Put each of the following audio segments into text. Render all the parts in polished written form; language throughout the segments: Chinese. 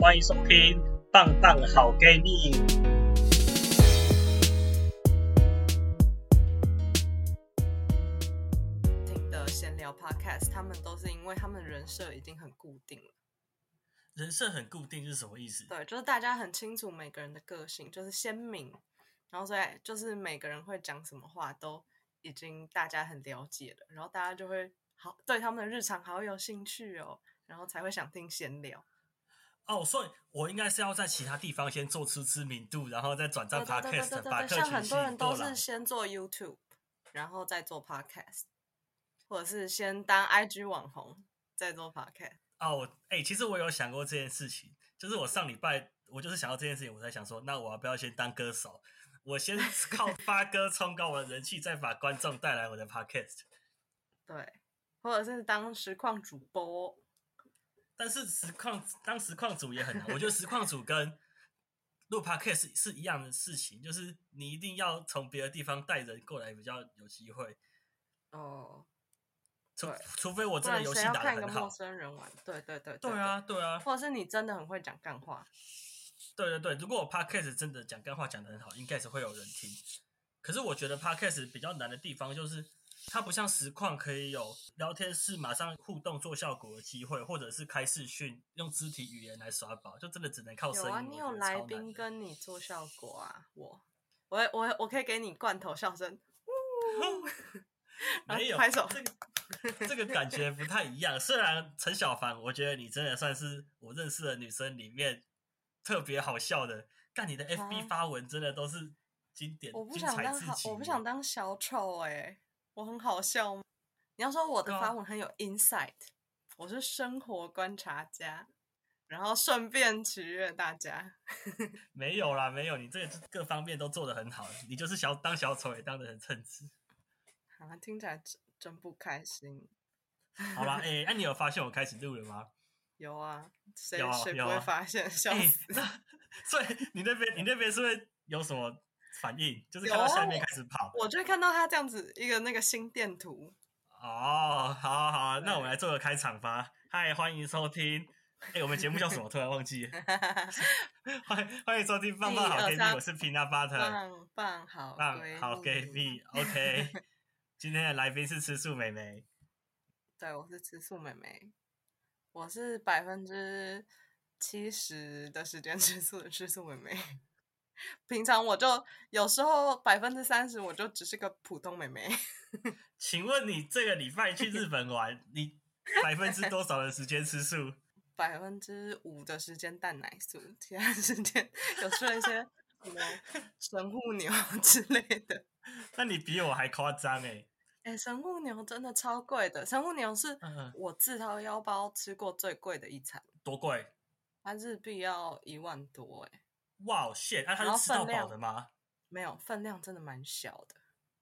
欢迎收听棒棒好给你。 听的闲聊 podcast， 他们都是因为他们人设已经很固定了。 人设很固定是什么意思？ 对，就是大家很清楚每个人的个性，就是鲜明，然后所以就是每个人会讲什么话都已经大家很了解了，然后大家就会好对他们的日常好有兴趣哦，然后才会想听闲聊。 哦，所以我应该是要在其他地方先做出知名度，然后再转战 podcast， 把客群像很多人都吸引过来。 是先做 YouTube， 然后再做 podcast， 或者是先当 IG 网红，再做 podcast。 哦，其实我有想过这件事情，就是我上礼拜我就是想到这件事情，我才想说，那我要不要先当歌手？我先靠发歌冲高我的人气，再把观众带来我的 podcast。 对，或者是当实况主播。 但是当实况主也很难，我觉得实况主跟录 podcast 是一样的事情，就是你一定要从别的地方带人过来比较有机会。 哦， 除非我真的游戏打得很好。不然谁要看一个陌生人玩？对。 对啊。 或者是你真的很会讲干话。 对，如果我 podcast 真的讲干话讲得很好，应该是会有人听。可是我觉得 podcast 比较难的地方就是，它不像实况可以有聊天室马上互动做效果的机会，或者是开视讯用肢体语言来耍宝，就真的只能靠声音。 有啊，你有来宾跟你做效果啊，我可以给你罐头笑声， 没有拍手。 这个感觉不太一样。虽然陈小凡，我觉得你真的算是我认识的女生里面特别好笑的，但你的 FB 发文真的都是经典，精彩刺激。 我不想当小丑我很好笑吗？你要说我的发文很有 insight，我是生活观察家，然后顺便取悦大家。 没有啦，没有，你这个各方面都做得很好，你就是当小丑也当得很称职。 听起来真不开心。 好啦，那你有发现我开始录了吗？ 有啊，谁不会发现？笑死！ 所以你那边是不是有什么反应？就是看到下面开始跑， 我就会看到他这样子一个那个心电图。 哦，好，那我们来做个开场吧。嗨，欢迎收听。我们节目叫什么？突然忘记了。欢迎收听棒棒好闺蜜，我是 Peanut Butter。 棒好闺蜜 ，OK。今天的来宾是吃素妹妹。 对，我是吃素妹妹。我是70%的时间吃素的吃素妹妹。平常我就有时候30%我就只是个普通妹妹。 请问你这个礼拜去日本玩，你多少的时间吃素 ？5%的时间蛋奶素，其他时间有吃了一些什么神户牛之类的。 那你比我还夸张神户牛真的超贵的，神户牛是我自掏腰包吃过最贵的一餐。 多贵？ 它日币要1万多哇shit！它是吃到饱的吗？ 没有，分量真的蛮小的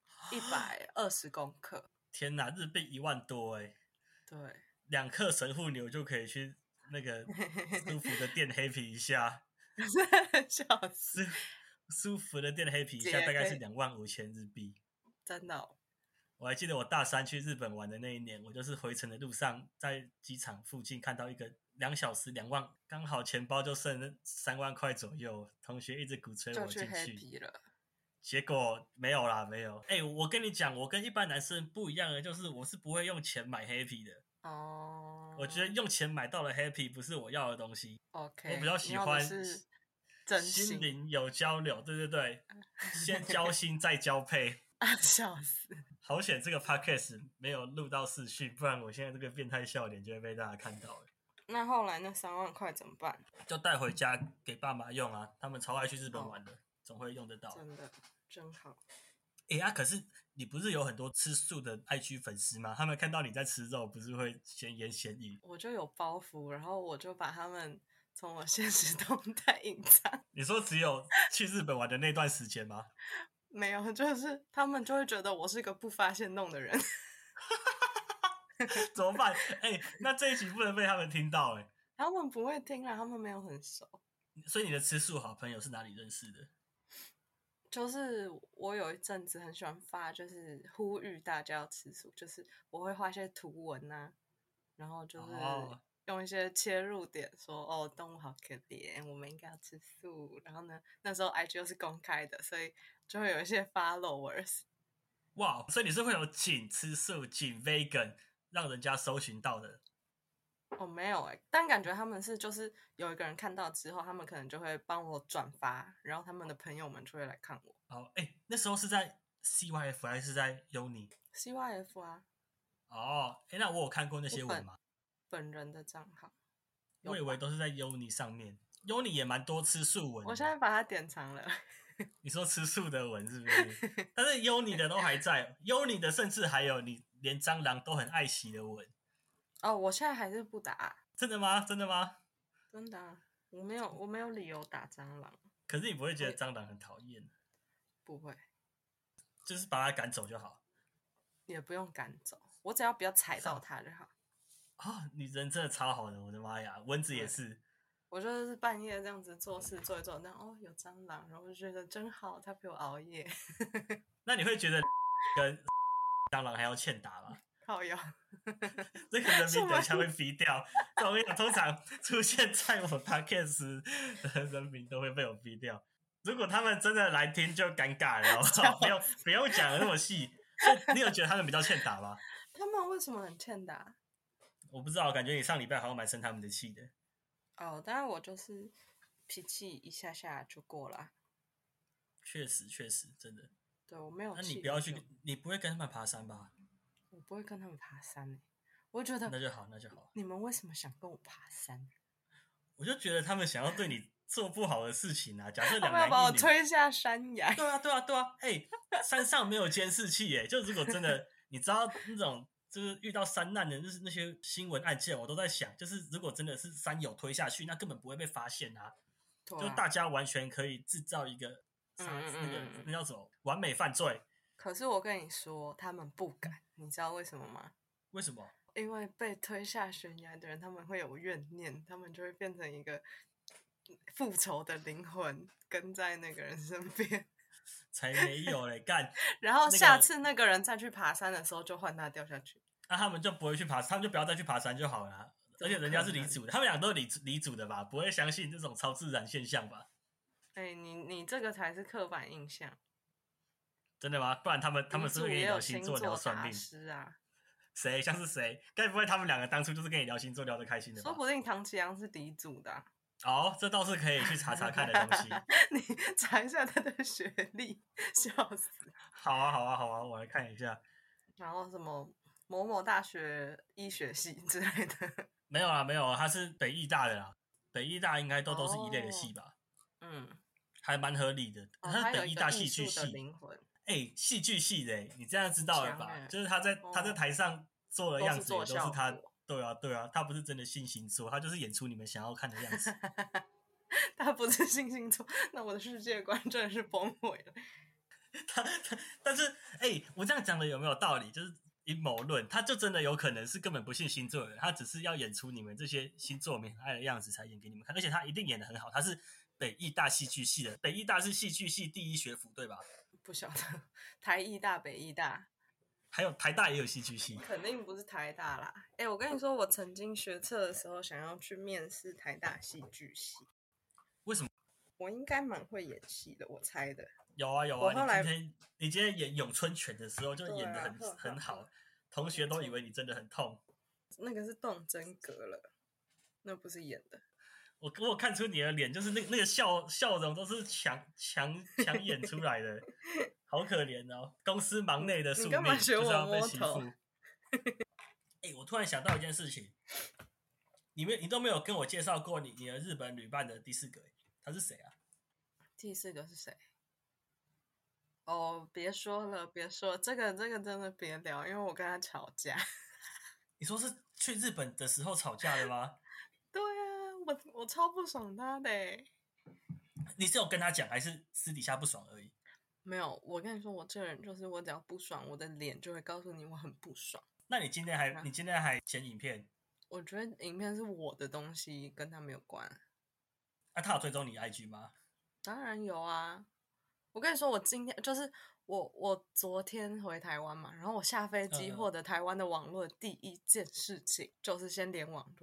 ，120公克。 天哪，日币1万多对 ，2克神户牛就可以去那个舒服的店 happy 一下。 笑死！ 舒服的店 happy 一下大概是25000日币。 真的我还记得我大3去日本玩的那一年，我就是回程的路上，在机场附近看到一个2小时2万，刚好钱包就剩3万块左右，同学一直鼓吹我进去， 就去 happy 了。 结果没有啦，没有。我跟你讲，我跟一般男生不一样的，就是我是不会用钱买 happy 的。我觉得用钱买到了 happy 不是我要的东西。 OK， 我比较喜欢心灵有交流，对，先交心再交配。 笑死！ 好险这个 podcast 没有录到视讯，不然我现在这个变态笑脸就会被大家看到。 那后来那3万块怎么办？ 就带回家给爸妈用啊，他们超爱去日本玩的，总会用得到。 真的真好。 可是你不是有很多吃素的 IG 粉丝吗？他们看到你在吃肉，不是会闲言闲语？ 我就有包袱，然后我就把他们从我现实动态隐藏。 你说只有去日本玩的那段时间吗？ 没有，就是他们就会觉得我是个不发现弄的人。 怎么办？那这一集不能被他们听到他们不会听啦，他们没有很熟。 所以你的吃素好朋友是哪里认识的？ 就是我有一阵子很喜欢发，就是呼吁大家要吃素，就是我会画一些图文啊，然后就是用一些切入点说，哦，动物好可怜，我们应该要吃素。然后呢，那时候 IG 又是公开的，所以就会有一些 followers。 哇，所以你是会有仅吃素、仅 vegan 让人家搜寻到的。 哦，没有但感觉他们是就是有一个人看到之后，他们可能就会帮我转发，然后他们的朋友们就会来看我。 哦，那时候是在 CYF 还是在 Uni？ CYF 啊， 哦，那我有看过那些文吗？ 本人的账号， 我以为都是在 Uni 上面，Uni 也蛮多吃素文的。 我现在把它典藏了。 你说吃素的文是不是？但是 Uni 的都还在，Uni 的甚至还有你连蟑螂都很爱惜的文。 哦，我现在还是不打。 真的吗？真的吗？ 真的啊，我没有理由打蟑螂。 可是你不会觉得蟑螂很讨厌？ 不会， 就是把它赶走就好。 也不用赶走，我只要不要踩到它就好。 啊，你人真的超好的，我的妈呀！蚊子也是。 我就是半夜这样子做事做一做，那有蟑螂，然后我就觉得真好，它陪我熬夜。 那你会觉得跟蟑螂还要欠打吗？ 靠腰， 这个人名等一下会逼掉。我跟你讲，通常出现在我 podcast 的人名都会被我逼掉。如果他们真的来听，就尴尬了。不用讲的那么细。所以你有觉得他们比较欠打吗？ 他们为什么很欠打？ 我不知道，感觉你上礼拜好像蛮生他们的气的。 哦，当然我就是脾气一下下就过了。 确实，真的。 对，我没有气。 那你不要去，你不会跟他们爬山吧？ 我不会跟他们爬山我觉得那就好。 你们为什么想跟我爬山？ 我就觉得他们想要对你做不好的事情啊。假设他们要把我推下山崖。 对啊。山上没有监视器耶，就如果真的，你知道那种就是遇到山难的那些新闻案件，我都在想，就是如果真的是山友推下去，那根本不会被发现啊。就大家完全可以制造一个那叫什么完美犯罪。 可是我跟你说，他们不敢，你知道为什么吗？ 为什么？ 因为被推下悬崖的人，他们会有怨念，他们就会变成一个复仇的灵魂，跟在那个人身边。 才没有嘞，干！ 然后下次那个人再去爬山的时候，就换他掉下去。 那他们就不会去爬，他们就不要再去爬山就好了。而且人家是离组的，他们俩都是离组的吧？不会相信这种超自然现象吧？ 你这个才是刻板印象。 真的吗？不然他们是不是跟你聊星座、聊算命啊？ 谁？像是谁？该不会他们两个当初就是跟你聊星座聊得开心的吧？ 说不定唐启阳是嫡祖的。 哦，这倒是可以去查查看的东西。 你查一下他的学历，笑死。 好啊，我来看一下。 然后什么某某大学医学系之类的。 没有啊，他是北艺大的啦。北艺大应该都是一类的系吧？还蛮合理的。他是北艺大戏剧系。戏剧系的，你这样知道了吧？就是他在台上做的样子也都是他。对啊，他不是真的信星座，他就是演出你们想要看的样子。 他不是信星座，那我的世界观真的是崩毁了。 但是我这样讲的有没有道理？就是阴谋论，他就真的有可能是根本不信星座的人，他只是要演出你们这些星座没很爱的样子才演给你们看，而且他一定演得很好。他是北艺大戏剧系的，北艺大是戏剧系第一学府，对吧？ 不晓得，台艺大、北艺大。 还有台大也有戏剧系， 肯定不是台大啦。我跟你说，我曾经学测的时候想要去面试台大戏剧系。 为什么？ 我应该蛮会演戏的，我猜的。 有啊，你今天演咏春拳的时候就演得很好，同学都以为你真的很痛。 那个是动真格了，那不是演的。 我看出你的脸就是那个笑容都是强演出来的。好可怜哦！公司忙内的宿命就是要被欺负。我突然想到一件事情，你都没有跟我介绍过你的日本旅伴的第四个，他是谁啊？ 第四个是谁？别说了，这个真的别聊，因为我跟他吵架。 你说是去日本的时候吵架的吗？ 对啊，我超不爽他的。 你是有跟他讲，还是私底下不爽而已？ 没有，我跟你说，我这个人就是我只要不爽，我的脸就会告诉你我很不爽。 那你今天还剪影片？ 我觉得影片是我的东西，跟他没有关。 他有追踪你 IG 吗？ 当然有啊！我跟你说，我今天就是我昨天回台湾嘛，然后我下飞机获得台湾的网络的第一件事情就是先连网路，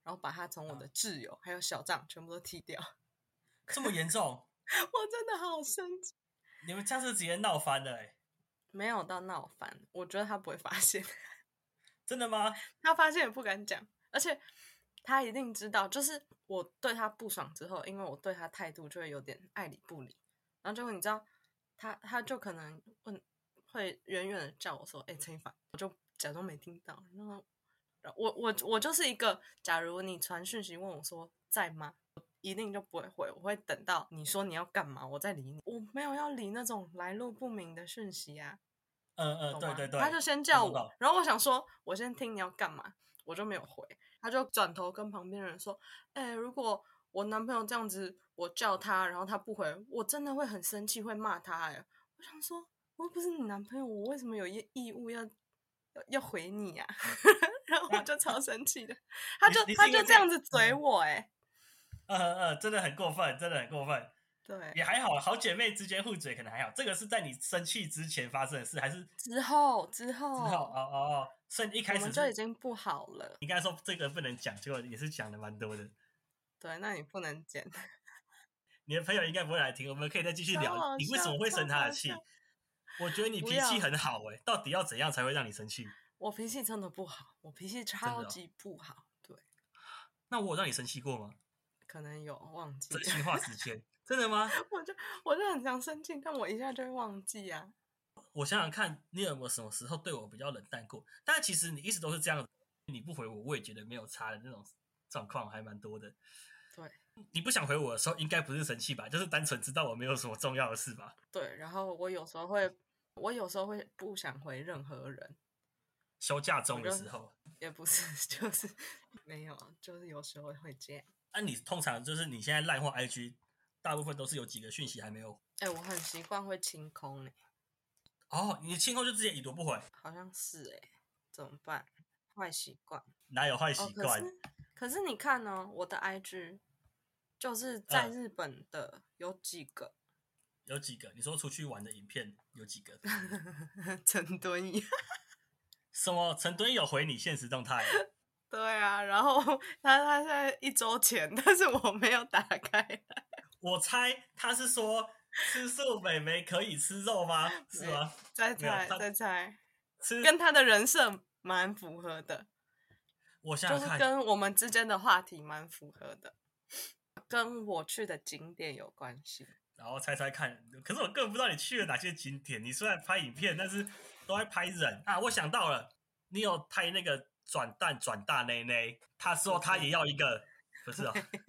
然后把他从我的挚友还有小账全部都踢掉。 这么严重？ 我真的好生气。 你们这样是直接闹翻了没有到闹翻，我觉得他不会发现。 真的吗？ 他发现也不敢讲，而且他一定知道，就是我对他不爽之后，因为我对他态度就会有点爱理不理，然后结果你知道，他就可能会远远的叫我说：“陈一凡。”我就假装没听到。然后我就是一个，假如你传讯息问我说在吗，我一定就不会回，我会等到你说你要干嘛，我再理你。我没有要理那种来路不明的讯息啊。 对对对， 他就先叫我， 然后我想说，我先听你要干嘛，我就没有回。他就转头跟旁边人说：“如果我男朋友这样子，我叫他，然后他不回，我真的会很生气，会骂他。”我想说，我又不是你男朋友，我为什么有义务要回你啊？然后我就超生气的，他就这样子嘴我， 真的很过分，真的很过分。 对， 也还好，好姐妹之间互嘴可能还好。这个是在你生气之前发生的事，还是之后？ 所以一开始我们就已经不好了。 你刚才说这个不能讲，结果也是讲的蛮多的。 对，那你不能剪。 你的朋友应该不会来听，我们可以再继续聊。你为什么会生他的气？我觉得你脾气很好到底要怎样才会让你生气？ 我脾气真的不好，我脾气超级不好。对， 那我有让你生气过吗？ 可能有，忘记。 真心话时间，真的吗？ 我就很常生气，但我一下就会忘记啊。 我想想看，你有没有什么时候对我比较冷淡过？但其实你一直都是这样子，你不回我，我也觉得没有差的那种状况还蛮多的。 对， 你不想回我的时候，应该不是生气吧？就是单纯知道我没有什么重要的事吧？ 对，然后我有时候会不想回任何人。 休假中的时候， 也不是，就是没有，就是有时候会这样。 你通常就是你现在LINE或 IG， 大部分都是有几个讯息还没有？ 我很习惯会清空你清空就直接已读不回？ 好像是怎么办？坏习惯？ 哪有坏习惯？ 可是你看呢，我的 IG 就是在日本的有几个？ 有几个？你说出去玩的影片有几个？ 陈敦义。 什么？陈敦义有回你现实动态？ 对啊，然后他现在1周前，但是我没有打开。 我猜他是说吃素美眉可以吃肉吗？是吗？ 再猜， 吃跟他的人设蛮符合的。 我想想看， 就是跟我们之间的话题蛮符合的，跟我去的景点有关系。 然后猜猜看，可是我根本不知道你去了哪些景点。你虽然拍影片，但是都在拍人啊！我想到了，你有拍那个转蛋转大内内，他说他也要一个，不是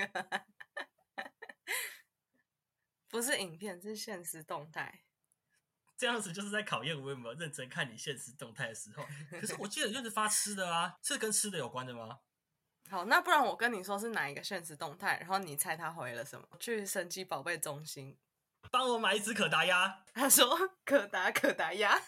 不是影片，是现实动态。 这样子就是在考验我有没有认真看你现实动态的时候。可是我记得就是发吃的啊，是跟吃的有关的吗？ 好，那不然我跟你说是哪一个现实动态，然后你猜他回了什么？去神奇宝贝中心帮我买一只可达鸭。 他说可达鸭。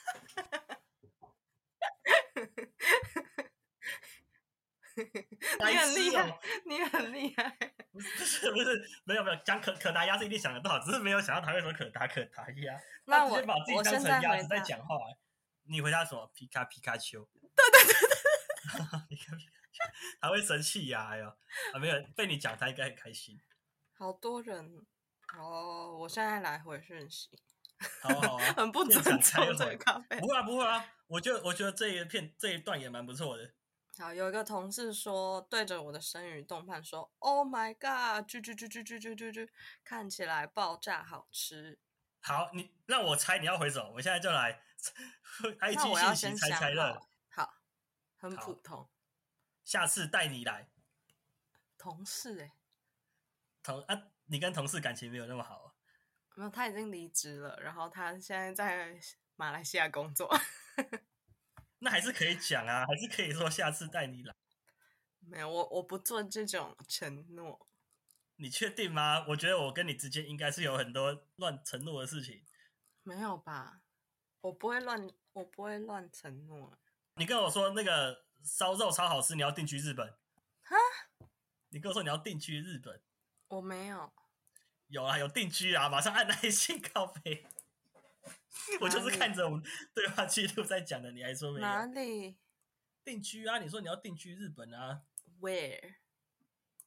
你很厉害，你很厉害。 不是，没有讲可达鸭是一定想得到，只是没有想到他会说可达鸭。 那直接把自己当成鸭子在讲话。你回答什么？皮卡丘。 对。 他会生气呀！没有被你讲，他应该很开心。 好多人我现在来回讯息。 好啊， 很不尊重这个咖啡。 不会啊，我觉得这一段也蛮不错的。 好，有一个同事说对着我的生鱼冻饭说 ：“Oh my god， 看起来爆炸好吃。” 好，你让我猜你要回什么？我现在就来 IG 信息猜乐。 好，很普通。 下次带你来。 同事你跟同事感情没有那么好啊？ 没有，他已经离职了，然后他现在在马来西亚工作。 那还是可以讲啊，还是可以说下次带你来。 没有，我不做这种承诺。 你确定吗？我觉得我跟你之间应该是有很多乱承诺的事情。 没有吧？我不会乱承诺。 你跟我说那个烧肉超好吃，你要定居日本。 哈？ 你跟我说你要定居日本。 我没有。 有啊，有定居啊，马上按耐心靠背。我就是看着我们对话记录在讲的，你还说没有？ 哪里？ 定居啊？你说你要定居日本啊 ？Where？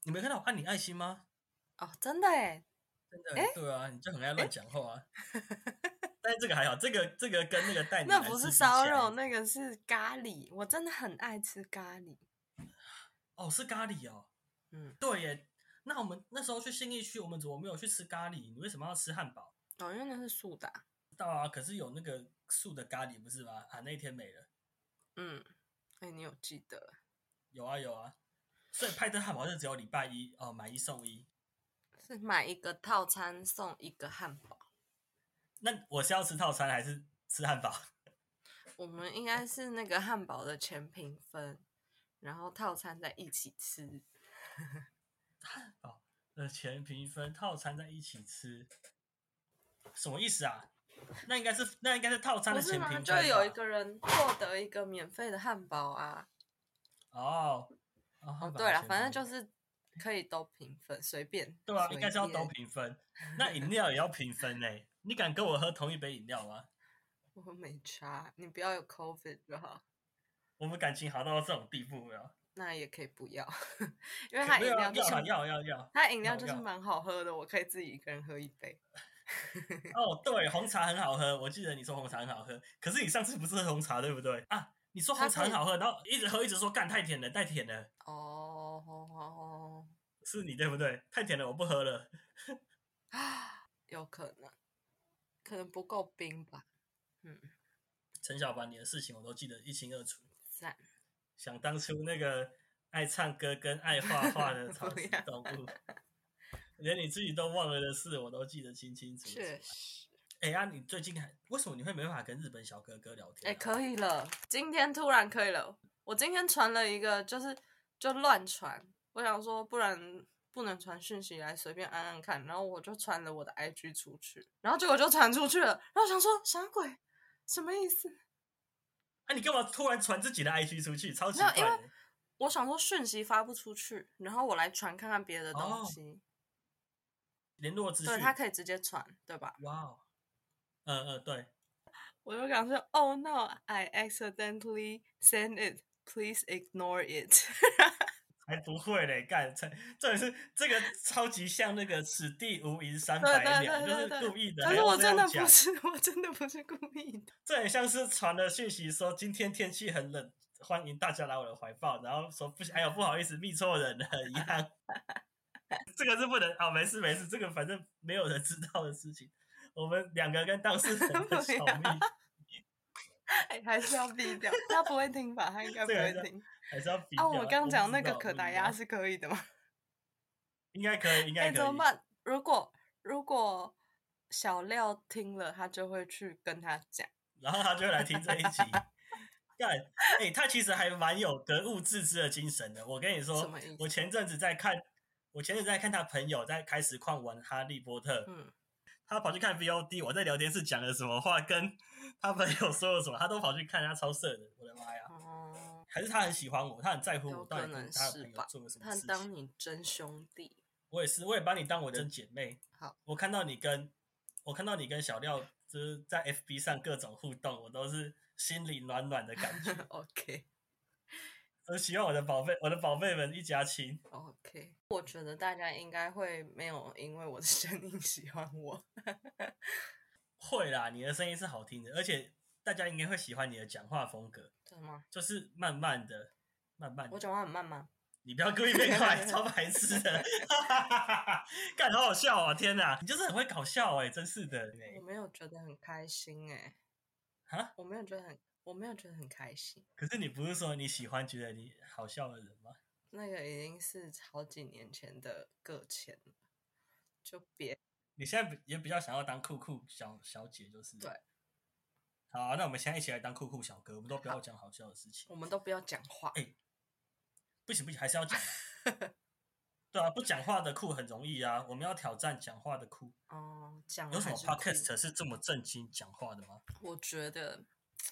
你没看到我按你爱心吗？ 哦，真的哎， 真的， 哎对啊，你就很爱乱讲话啊。但是这个还好，这个跟那个带你那不是来吃比烧肉， 起来， 那个是咖喱。我真的很爱吃咖喱。 哦，是咖喱哦。 嗯， 对耶，那我们那时候去信义区，我们怎么没有去吃咖喱？你为什么要吃汉堡？ 哦，因为那是素的啊。 知道啊，可是有那个素的咖喱不是吗？啊，那一天没了。 嗯，哎，你有记得？ 有啊有啊，所以派特汉堡是只有礼拜一哦，买一送一。 是买一个套餐送一个汉堡。 那我是要吃套餐还是吃汉堡？ 我们应该是那个汉堡的全评分，然后套餐再一起吃。 汉堡的全评分，套餐在一起吃，什么意思啊？那应该是套餐的全不是吗？ 评分吧？ 就有一个人获得一个免费的汉堡啊。 哦，哦， 哦， 汉堡对了， 的全评分， 反正就是可以都评分，随便对啊，应随该是要都便。 评分。那饮料也要评分呢？你敢跟我喝同一杯饮料吗？ 我没差，你不要有 COVID 就好。 我们感情好到这种地步了？ 那也可以不要，因为它没有啊， 饮料就是要它饮料要要。 就是蛮好喝的，我可以自己一个人喝一杯。 哦，对，红茶很好喝，我记得你说红茶很好喝，可是你上次不是喝红茶对不对啊？你说红它可以茶很好喝，然后一直喝一直说干太甜了，太甜了， 哦是你对不对？太甜了，我不喝了。 啊，有可能不够冰吧。嗯， 陈小凡，你的事情我都记得一清二楚。 赞。 想当初那个爱唱歌跟爱画画的草食不要动物，连你自己都忘了的事，我都记得清清楚楚。 确实。 哎呀，你最近为什么你会没办法跟日本小哥哥聊天、 哎， 啊？ 可以了，今天突然可以了。我今天传了一个，就乱传。我想说，不然不能传讯息来随便按按看，然后我就传了我的 IG 出去，然后结果就传出去了。然后我想说啥鬼，什么意思？ 啊，你干嘛突然传自己的 IG 出去？超奇没有，因为怪的。 我想说讯息发不出去，然后我来传看看别的东哦， 西。 联络资对， 讯。 他可以直接传，对吧？ 哇哦，对。 我就想说，Oh no, I accidentally sent it. Please ignore it. 才不会嘞，干！重点是这个超级像那个此地无银三对百两，就是对， 故意的， 可还要是我真的不这样讲。 是，我真的不是故意的。 这很像是传了讯息说今天天气很冷，欢迎大家来我的怀抱，然后说不好意思，密错人了一样。这个是不能没事没事，这个反正没有人知道的事情。我们两个跟当事人的小秘， 还是要避掉，他不会听吧？他应该不这个会听还是要比啊。 较。 我刚讲那个我不知道可达鸭是可以的吗？ 应该可以，应该哎， 可以。 怎么办？如果小廖听了，他就会去跟他讲。 然后他就会来听这一集。干，他其实还蛮有格物致知的精神的。我跟你说， 什么意思？ 我前阵子在看他朋友在开实况玩哈利波特，他跑去看 VOD， 我在聊天室讲了什么话，跟他朋友说了什么，他都跑去看，他超色的，我的妈呀！还是他很喜欢我，他很在乎我到底跟他的朋友做了什么事情。 他当你真兄弟， 我也是，我也把你当我的真姐妹。 好， 我看到你跟小廖就是在 FB 上各种互动，我都是心里暖暖的感觉。 OK， 我希望我的宝贝们一家亲。 OK，我觉得大家应该会没有因为我的声音喜欢我。 会啦，你的声音是好听的，而且大家应该会喜欢你的讲话风格。 真的吗？ 就是慢慢的。 我讲话很慢吗？ 你不要故意变快，超白痴的。干，好好笑哦！天哪，你就是很会搞笑哎，真是的。 我没有觉得很开心哎。 啊？ 我没有觉得很开心。 可是你不是说你喜欢觉得你好笑的人吗？ 那个已经是好几年前的搁浅了，就别。 你现在也比较想要当酷酷小姐，就是。 对。 好，那我们现在一起来当酷酷小哥，我们都不要讲好笑的事情。 我们都不要讲话。 不行，还是要讲啊。对啊，不讲话的酷很容易啊，我们要挑战讲话的酷。 哦，讲有什么 podcast 是这么正经讲话的吗？ 我觉得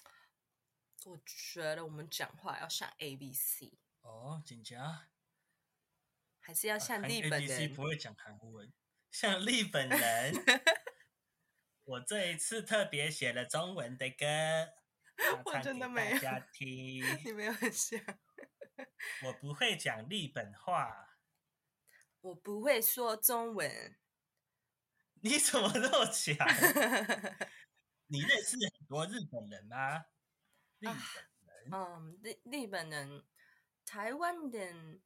我们讲话要像 ABC。 哦，真假？ 还是要像日本人。 ABC 不会讲韩文，像日本人。我这一次特别写了中文的歌， 我真的没有。 大家听。 你没有很像。 我不会讲日本话。 我不会说中文。 你怎么那么强？你认识很多日本人吗？日本人， 日本人、台湾人，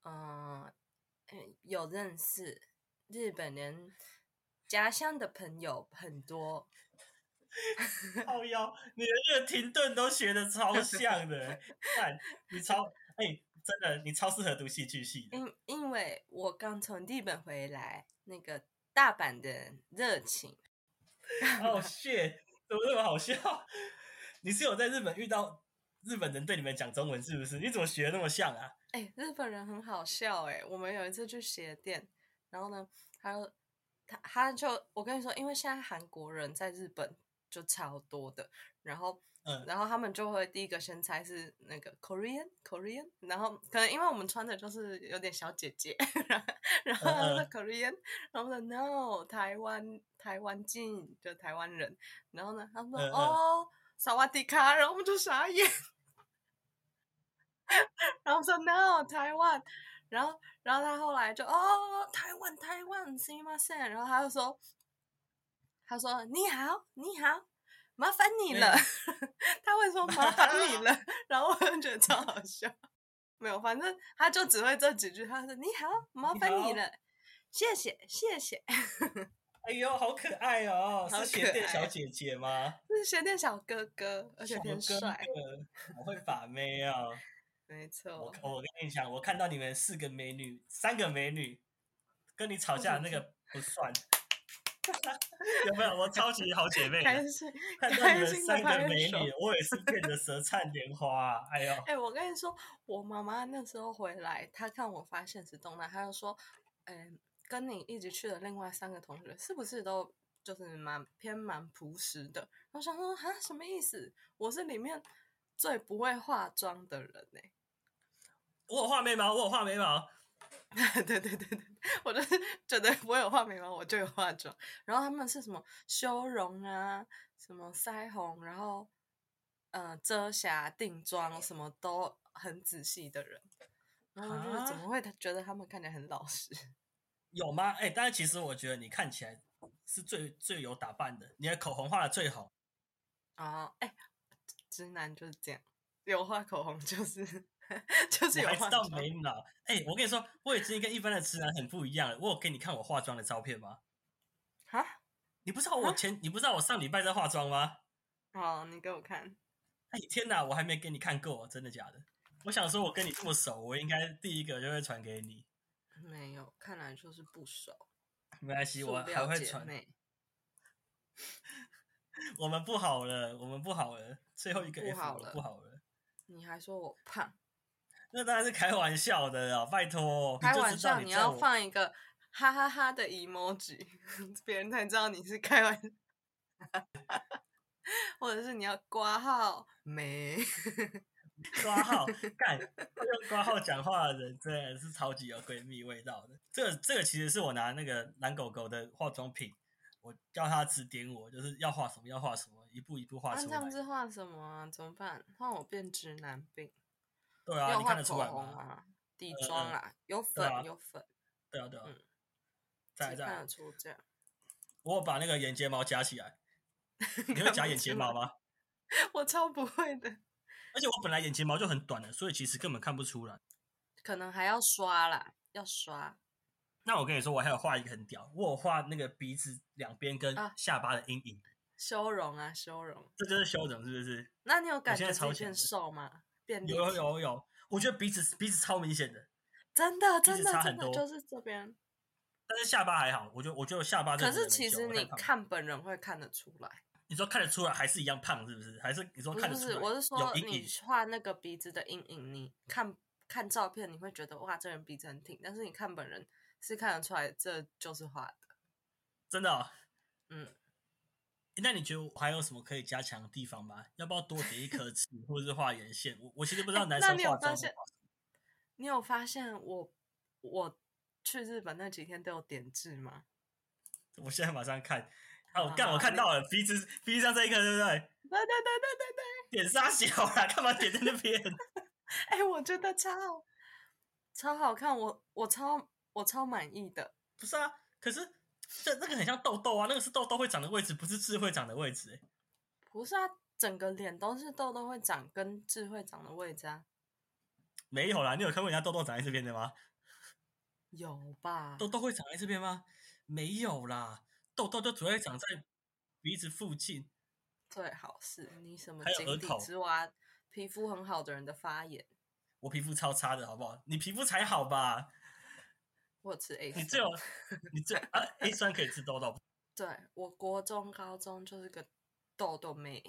有认识日本人，家乡的朋友很多。 靠腰，你的那个停顿都学的超像的，看你超真的你超适合读戏剧系的。 因为我刚从日本回来，那个大阪的热情。 哦shit，怎么那么好笑？你是有在日本遇到日本人对你们讲中文是不是？你怎么学的那么像啊？ 日本人很好笑我们有一次去鞋店，然后呢，他就我跟你说，因为现在韩国人在日本就超多的，然后他们就会第一个先猜是那个 Korean， 然后可能因为我们穿的就是有点小姐姐，然后他说 Korean， 然后说 No 台湾进就台湾人，然后呢他说哦萨瓦迪卡，然后我们就傻眼。然后说 No 台湾，然后他后来就台湾すみません，然后他说你好，麻烦你了，他会说麻烦你了，然后我就觉得超好笑。没有，反正他就只会这几句，他说你好，麻烦你了，谢谢。 哎呦，好可爱哦！是鞋店小姐姐吗？ 是鞋店小哥哥，而且偏帅， 好会把妹哦。 没错。 我跟你讲，我看到你们3个美女跟你吵架那个不算。有没有？我超级好姐妹， 开心， 看到你们3个美女，我也是变得舌灿莲花啊！哎呦， 我跟你说，我妈妈那时候回来，她看我发现实动态，她就说，跟你一起去的另外3个同学是不是都就是蛮朴实的？我想说，哈，什么意思？我是里面最不会化妆的人我有画眉毛。 对，我就是觉得我有画眉毛，我就有化妆。然后他们是什么修容啊，什么腮红，然后遮瑕、定妆，什么都很仔细的人。然后我就怎么会觉得他们看起来很老实？ 有吗？但是其实我觉得你看起来是最有打扮的，你的口红画的最红。 直男就是这样，有画口红就是有化妆。 我还知道没脑。我跟你说，我已经跟一般的直男很不一样了。我有给你看我化妆的照片吗？你不知道我上礼拜在化妆吗？ 你给我看。 天哪，我还没给你看过，真的假的？我想说，我跟你这么熟，我应该第一个就会传给你。 没有，看来就是不熟。 没关系，我还会传。我们不好了，最后一个 F 不好了。 你还说我胖？ 那当然是开玩笑的啊！拜托， 开玩笑，你要放一个哈哈哈的 emoji， 别人才知道你是开玩笑。或者是你要挂号没？ 挂号干，用挂号讲话的人真的是超级有闺蜜味道的。这个其实是我拿那个蓝狗狗的化妆品，我叫他指点我，就是要画什么，一步一步画出来。 这样子画什么啊？怎么办？换我变直男病？ 对啊，你看得出来吗？底妆啦，有粉。 对啊。再看得出这样。 我有把那个眼睫毛夹起来。你会夹眼睫毛吗？ 我超不会的。 而且我本来眼睫毛就很短了，所以其实根本看不出来。 可能还要刷啦，要刷。 那我跟你说，我还有画一个很屌，我有画那个鼻子两边跟下巴的阴影。 修容啊，修容。 这就是修容，是不是？ 那你有感觉自己变瘦吗？ 有，我觉得鼻子超明显的， 真的差很多， 就是这边。 但是下巴还好，我觉得下巴。 可是其实你看本人会看得出来。 你说看得出来还是一样胖，是不是？还是你说看得出来？ 不是，我是说你画那个鼻子的阴影，你看照片你会觉得哇，这人鼻子很挺，但是你看本人是看得出来这就是画的。 真的哦？那你觉得我还有什么可以加强的地方吗？要不要多叠一颗痣，或者是画眼线？我其实不知道男生化妆。 你有发现我去日本那几天都有点痣吗？ 我现在马上看。我看到了，鼻子上这一颗，对不对？ 对。 点啥小啦？干嘛点在那边？ 我觉得超好看，我我超满意的。 不是啊，可是那个很像痘痘啊，那个是痘痘会长的位置，不是痣会长的位置、欸。 不是啊，整个脸都是痘痘会长跟痣会长的位置啊。 没有啦，你有看过人家痘痘长在这边的吗？ 有吧？ 痘痘会长在这边吗？没有啦，痘痘就主要长在鼻子附近， 最好是你什么还有额井底头。 之蛙，皮肤很好的人的发言。 我皮肤超差的，好不好？你皮肤才好吧？ 我有吃 A 你只有酸， A 酸可以治痘痘。 对，我国中、高中就是个痘痘妹。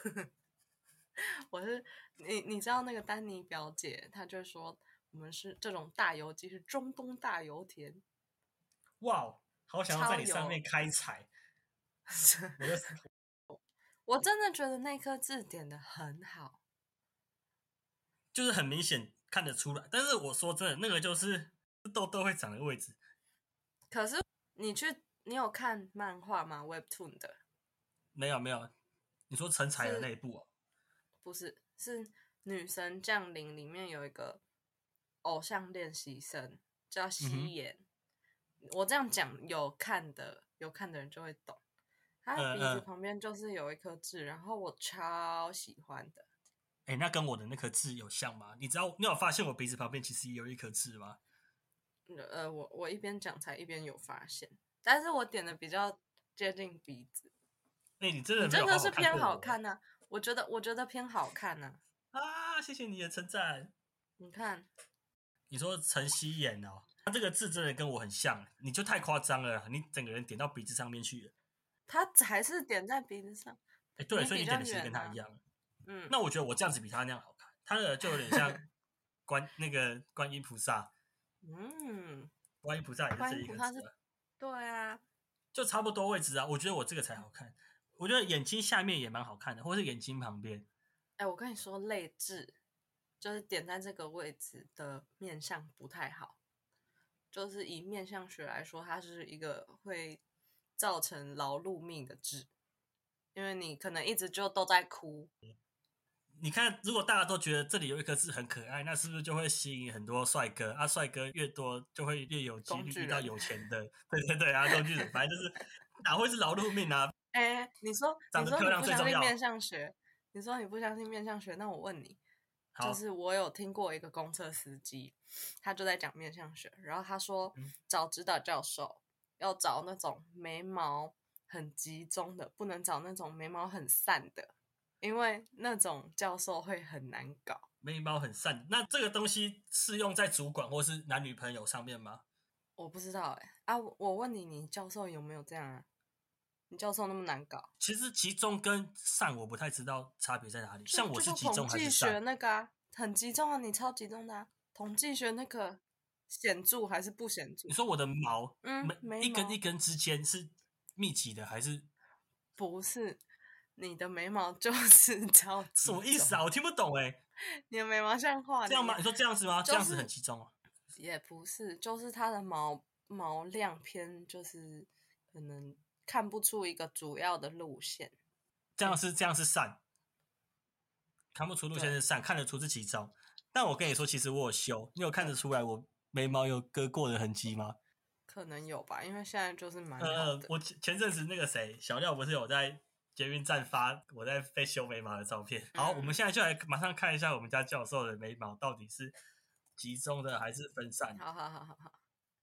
我是你知道那个丹尼表姐，她就说我们是这种大油鸡，是中东大油田， 哇，好想要在超油。 你上面开采。我就我真的觉得那颗痣点的很好。 就是很明显看得出来，但是我说真的，那个就是痘痘会长的位置。 可是你有看漫画吗？Webtoon 的？ 没有没有，你说成才的那是一部哦？ 不是？是女神降临里面有一个偶像练习生叫希妍。我这样讲，有看的人就会懂。他鼻子旁边就是有一颗痣，然后我超喜欢的。 哎，那跟我的那颗痣有像吗？你有发现我鼻子旁边其实也有一颗痣吗？ 我一边讲才一边有发现，但是我点的比较接近鼻子。 哎，你真的你这个没有好好是偏好看过我看啊，我觉得偏好看啊。 啊！谢谢你的称赞。 你看， 你说陈希妍哦，他这个痣真的跟我很像，你就太夸张了，你整个人点到鼻子上面去了。 它还是点在鼻子上， 哎，对，所以你比较你点的其实跟远啊。 他一样。 嗯那我觉得我这样子比他那样好看，他的就有点像那个观音菩萨， 嗯， 观音菩萨也是观这音菩萨是， 一个字啊， 对啊。 就差不多位置啊。我觉得我这个才好看，我觉得眼睛下面也蛮好看的，或是眼睛旁边。 哎，我跟你说，泪痣就是点在这个位置的面相不太好，就是以面相学来说，它是一个会造成劳碌命的痣，因为你可能一直就都在哭。 你看，如果大家都觉得这里有一颗痣很可爱，那是不是就会吸引很多帅哥啊？帅哥越多，就会越有几工具人。 率遇到有钱的。对对对啊，工具人，反正就是哪会是劳碌命啊？ 哎，你说长得漂亮你不最重要。 相信面相学，你说你不相信面相学，那我问你，就好， 是我有听过一个公车司机，他就在讲面相学，然后他说找指导教授要找那种眉毛很集中的，不能找那种眉毛很散的，因为那种教授会很难搞。 眉毛很散，那这个东西适用在主管或是男女朋友上面吗？ 我不知道啊，我问你，你教授有没有这样啊？你教授那么难搞？ 其实集中跟散我不太知道差别在哪里，像我就是集中还统计学是散？ 那个啊，很集中啊，你超集中的啊。统计学那个显著还是不显著？ 你说我的毛， 眉毛一根一根之间是密集的还是不是，你的眉毛就是超什集中， 么意思啊？我听不懂哎、 你的眉毛像画这样吗？ 的一样， 你说这样子吗？这样子很就是集中哦。 也不是，就是它的毛量偏，就是可能看不出一个主要的路线。 这样是散，看不出路线对， 是散，看得出是集中。但我跟你说，其实我有修，你有看得出来我眉毛有割过的痕迹吗？ 可能有吧，因为现在就是蛮好的。 我前阵子那个谁小廖不是有在捷运站发我在被修眉毛的照片？好，我们现在就来马上看一下我们家教授的眉毛到底是集中的还是分散的。 好好好好好，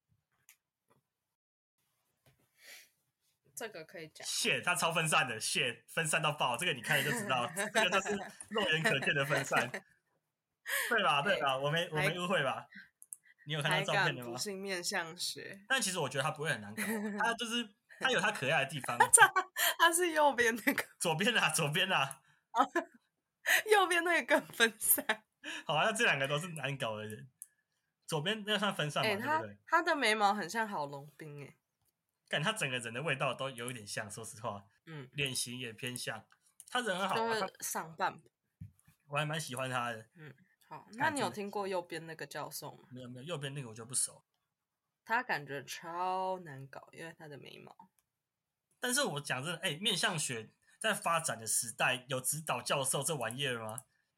这个可以讲。 它超分散的，分散到爆，这个你看了就知道，这个就是肉眼可见的分散，对吧？对吧？我没误会吧？你有看到还敢照片的吗？ 不信面相学？ 但其实我觉得它不会很难搞，它有它可爱的地方。 它是右边那个， 左边啦，左边啦。 右边那个更分散。 好啊，那这两个都是难搞的人。左边那算分散嘛，对不对？ 他的眉毛很像郝龙斌哎。 感他整个人的味道都有一点像，说实话，脸型也偏向。他人很好啊， 就是上半部。 我还蛮喜欢他的。 好，那你有听过右边那个教授吗？ 没有没有，右边那个我就不熟。 他感觉超难搞，因为他的眉毛。 但是我讲真的，面相学在发展的时代有指导教授这玩意儿吗？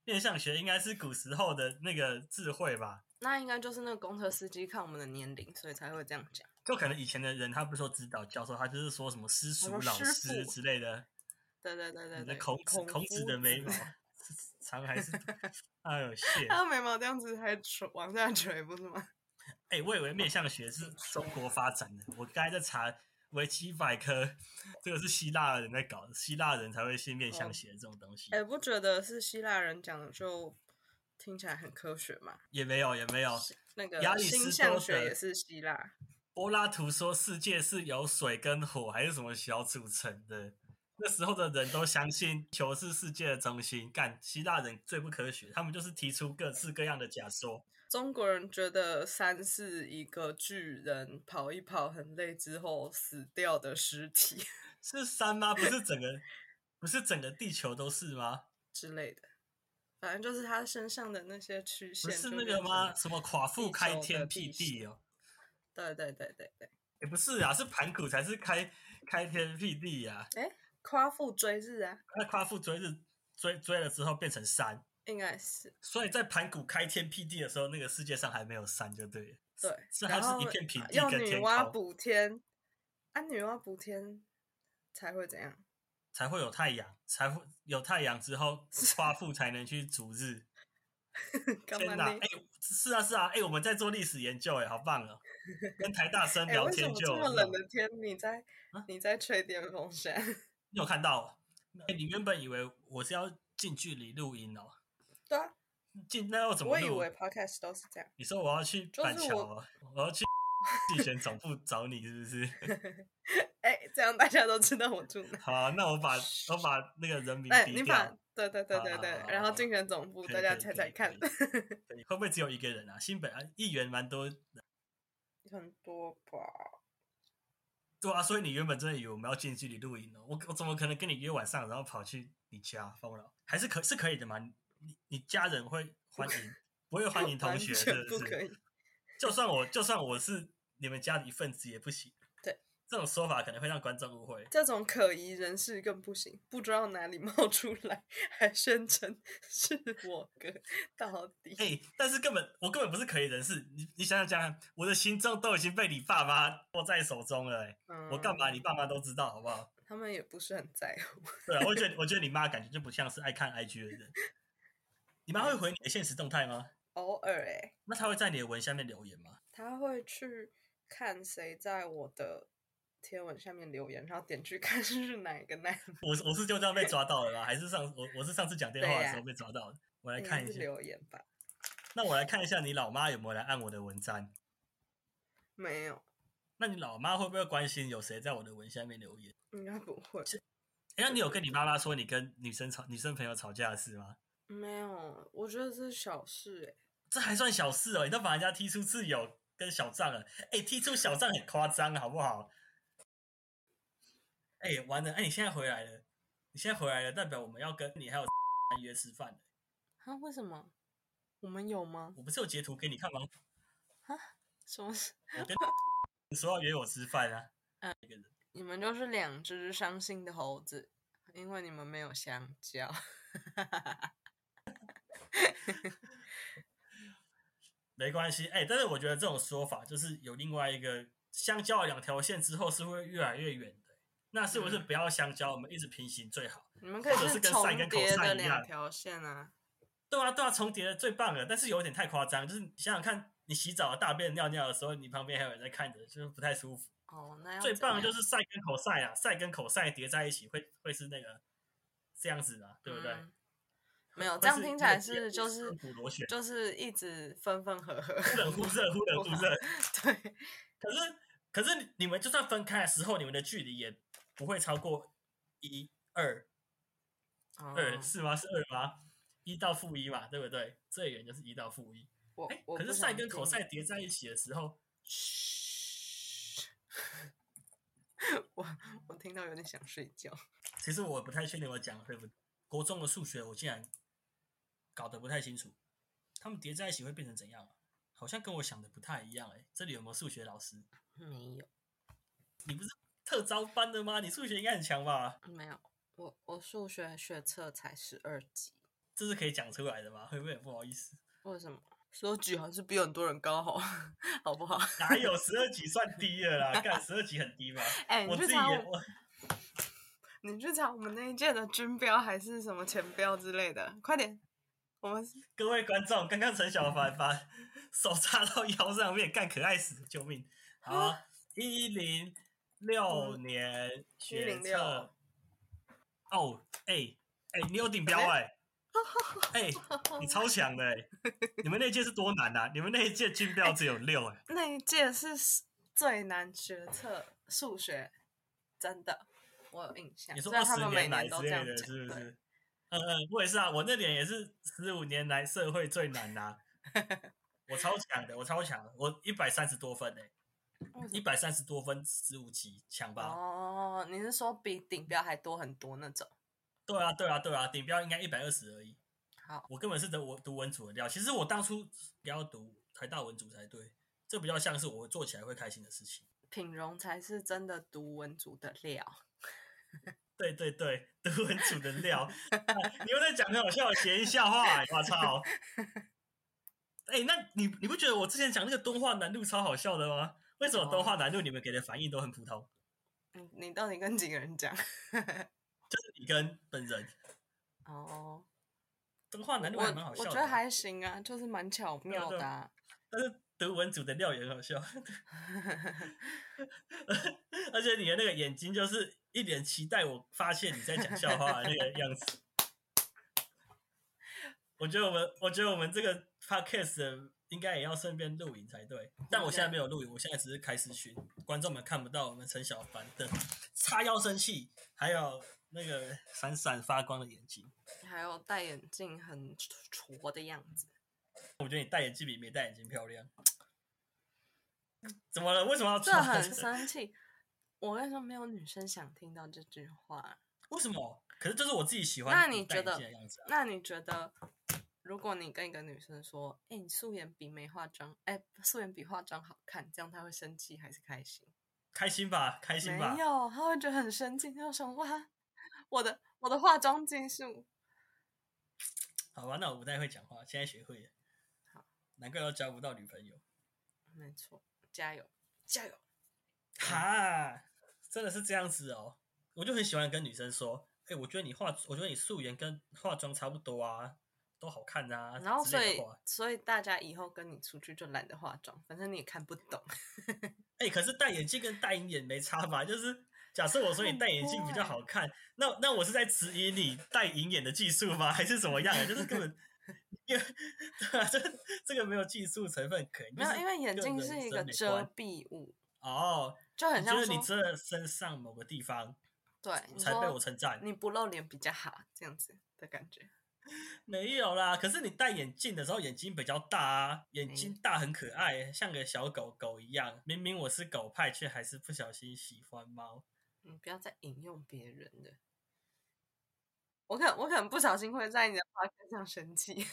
面相学应该是古时候的那个智慧吧？ 那应该就是那个公车司机看我们的年龄，所以才会这样讲。 就可能以前的人他不是说指导教授，他就是说什么师叔、老师师傅， 之类的。 对对对对对， 你的孔子的眉毛是长还是？哎呦谢！ 他的眉毛这样子还垂往下垂，不是吗？ 我以为面相学是中国发展的，我刚才在查维基百科，这个是希腊人在搞的，希腊人才会信面相学这种东西。 不觉得是希腊人讲的就听起来很科学吗？ 也没有， 那个亚里士星多德象学也是希腊。 柏拉图说世界是由水跟火还是什么小组成的。那时候的人都相信球是世界的中心，干希腊人最不科学，他们就是提出各式各样的假说。 中国人觉得山是一个巨人跑一跑很累之后死掉的尸体是山吗？不是整个地球都是吗？ 之类的，反正就是他身上的那些曲线， 不是那个吗？什么夸父开天辟地哦？ 对对对对对， 也不是啊，是盘古才是开天辟地啊。 夸父追日啊， 那夸父追日追了之后变成山， 应该是所以在盘古开天辟地的时候，那个世界上还没有山，就对了。 对， 是它是一片平地用跟天女娲空， 补天，女娲补天才会怎样？ 才会有太阳，才会有太阳之后，夸父才能去主日。天哪，是啊，我们在做历史研究，好棒哦，跟台大生聊天就有为什么这么冷的天你在吹电风扇？ 你有看到？你原本以为我是要近距离录音哦？ 对啊， 那要怎么录？ 我以为 podcast 都是这样。 你说我要去板桥哦，我要去竞选总部找你，是不是？ 这样大家都知道我住哪。 好，那我把那个人名低调。 对，然后竞选总部，大家猜猜看。 会不会只有一个人啊？新北议员蛮多， 很多吧？ 对啊，所以你原本真的以为我们要近距离录音哦？我怎么可能跟你约晚上，然后跑去你家？疯了？还是可以的嘛？你家人会欢迎，不会欢迎同学，是不可以。 就算我是你们家的一份子也不行。 对， 这种说法可能会让观众误会。 这种可疑人士更不行，不知道哪里冒出来，还宣称是我哥，到底？ 但是我根本不是可疑人士。你想想，我的心脏都已经被你爸妈握在手中了，我干嘛？你爸妈都知道，好不好？ 他们也不是很在乎。 对啊，我觉得你妈感觉就不像是爱看 IG 的人。你妈会回你的现实动态吗？ 偶尔那她会在你的文下面留言吗？ 她会去看谁在我的贴文下面留言，然后点去看是哪一个男人。 我是就这样被抓到了吗？还是我是上次讲电话的时候被抓到的？我来看一下留言吧。 那我来看一下你老妈有没有来按我的文章。 没有。 那你老妈会不会关心有谁在我的文下面留言？ 应该不会。 那你有跟你妈妈说你跟女生朋友吵架的事吗？ 没有，我觉得这是小事这还算小事哦，你都把人家踢出挚友跟小账了，踢出小账很夸张，好不好？完了，你现在回来了，代表我们要跟你还有约吃饭了。为什么？我们有吗？ 我不是有截图给你看吗？ 什么事？ 我跟你说要约我吃饭啊。 你们就是两只伤心的猴子，因为你们没有香蕉。 没关系，但是我觉得这种说法就是有另外一个相交两条线之后是会越来越远的。那是不是不要相交，我们一直平行最好？ 你们可以是跟晒跟口晒一样两条线啊。 对啊，重叠的最棒了，但是有点太夸张。就是你想想看，你洗澡、大便、尿尿的时候，你旁边还有人在看着，就是不太舒服。 那最棒的就是晒跟口晒啊，晒跟口晒叠在一起会是那个这样子啊，对不对？ 没有，这样听起来是就是一直分合， 忽冷忽热，忽冷忽热。 对， 可是你们就算分开的时候，你们的距离也不会超过1、2，是吗？是2吗？1到-1嘛，对不对？最远就是1到-1。可是晒跟口晒叠在一起的时候， 我听到有点想睡觉。 其实我不太确定我讲对不对。国中的数学我竟然搞得不太清楚，他们叠在一起会变成怎样好像跟我想的不太一样这里有没有数学老师？ 没有。 你不是特招班的吗？你数学应该很强吧？ 没有，我数学学测才12级。 这是可以讲出来的吗？会不会很不好意思？ 为什么？12级还是比很多人高好，好不好？ 哪有12级算低了啦？干12级很低吧？我自己也你去查我们那一届的军标还是什么前标之类的，快点！我们各位观众，刚刚陈小凡把手插到腰上面，干可爱死，救命！好，106年学测。哦，你有顶标你超强的你们那一届是多难啊？你们那一届军标只有6 那一届是最难学测数学，真的，我有印象。 你说20年来之类的， 是不是？我也是啊，我那年也是15年来社会最难的我超强的，我130多分130多分15级强吧？ 哦，你是说比顶标还多很多那种？ 对啊，顶标应该120而已。 好， 我根本是读文组的料，其实我当初要读台大文组才对，这比较像是我做起来会开心的事情。 品荣才是真的读文组的料。 对，读文组的料。你又在讲很好笑的谐音笑话我操！那你不觉得我之前讲那个敦化南路超好笑的吗？为什么敦化南路你们给的反应都很普通？ 你到底跟几个人讲？ 就是你跟本人。 哦， 敦化南路还蛮好笑的。 我觉得还行啊，就是蛮巧妙的啊。 但是读文组的料也很好笑。而且你的那个眼睛就是一脸期待我发现你在讲笑话的那个样子。我觉得我们这个 podcast 应该也要顺便录影才对，但我现在没有录影，我现在只是开视讯，观众们看不到我们陈小凡的叉腰生气，还有那个闪闪发光的眼睛， 还有戴眼镜很挫的样子。 我觉得你戴眼镜比没戴眼镜漂亮。怎么了？为什么要这很生气？我跟你说，没有女生想听到这句话。 为什么？可是这是我自己喜欢戴眼镜的样子。 那你觉得，如果你跟一个女生说：“你素颜比没化妆，素颜比化妆好看”，这样她会生气还是开心？ 开心吧，开心吧。 没有，她会觉得很生气，就想哇，我的化妆技术。 好吧，那我不太会讲话，现在学会了。 好， 难怪都交不到女朋友。 没错，加油，加油！ 哈，真的是这样子哦。我就很喜欢跟女生说，我觉得你素颜跟化妆差不多啊，都好看啊。 然后所以大家以后跟你出去就懒得化妆，反正你也看不懂。 可是戴眼镜跟戴银眼没差吧？就是假设我说你戴眼镜比较好看，那我是在质疑你戴银眼的技术吗？还是怎么样？就是根本。对啊，这个没有技术成分可言。 没有，因为眼镜是一个遮蔽物就很像说你遮了身上某个地方， 对， 才被我称赞。 你不露脸比较好，这样子的感觉。 没有啦，可是你戴眼镜的时候眼睛比较大啊，眼睛大很可爱，像个小狗狗一样。明明我是狗派，却还是不小心喜欢猫。 你不要再引用别人的。我可能不小心会在你的话上生气。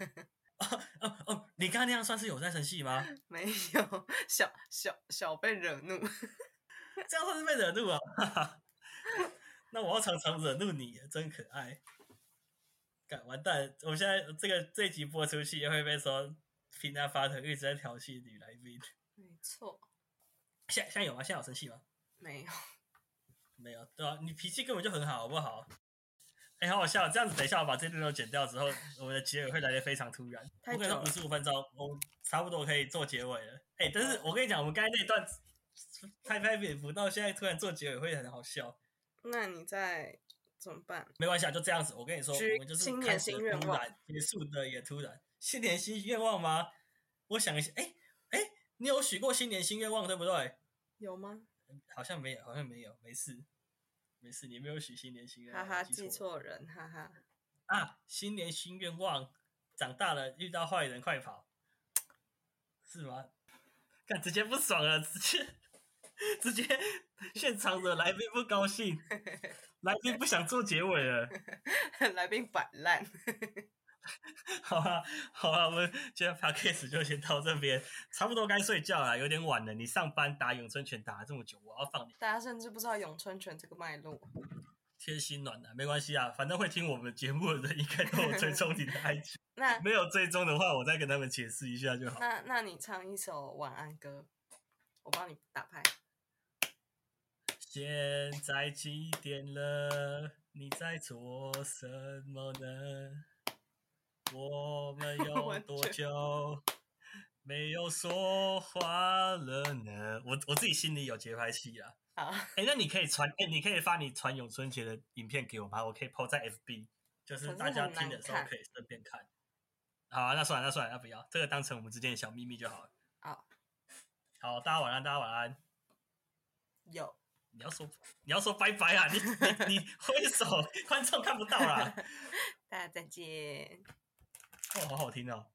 你刚刚那样算是有在生气吗？ 没有，小被惹怒。 这样算是被惹怒啊？那我要常常惹怒你，真可爱。完蛋！我现在这一集播出去，又会被说平安发特一直在调戏女来宾。 没错。 现在有吗？现在有生气吗？ 没有， 没有，对吧？你脾气根本就很好，好不好？好好笑！这样子，等一下我把这段都剪掉之后，我们的结尾会来得非常突然。我可能55分钟，我们差不多可以做结尾了。但是我跟你讲，我们刚才那段拍蝙蝠到现在突然做结尾会很好笑。 那你在怎么办？ 没关系啊，就这样子。我跟你说，我们就是新年新愿望， 结束的也突然。新年新愿望吗？我想一下，你有许过新年新愿望对不对？ 有吗？ 好像没有，没事，你没有许新年新愿望， 哈哈，记错人，哈哈。 新年新愿望，长大了遇到坏人快跑，是吗？看直接不爽了，直接现场的来宾不高兴，来宾不想做结尾了， 来宾摆烂。 好啊，我们今天 podcast 就先到这边，差不多该睡觉了，有点晚了。你上班打咏春拳打了这么久，我要放你。 大家甚至不知道咏春拳这个脉络。 贴心暖男，没关系啊，反正会听我们节目的人应该都有追踪你的 IG， 那没有追踪的话，我再跟他们解释一下就好。 那你唱一首晚安歌，我帮你打拍。 现在几点了？你在做什么呢？我们有多久没有说话了呢？我自己心里有节拍器啊。 好， 那你可以你可以发你传咏春节的影片给我吗？我可以 po 在 FB，就是大家听的时候可以顺便看。好啊，那算了，那不要，这个当成我们之间的小秘密就好了。好，大家晚安，大家晚安。 有。 你要说拜拜啊！你挥手，观众看不到啦。 大家再见。 哦，好好听哦。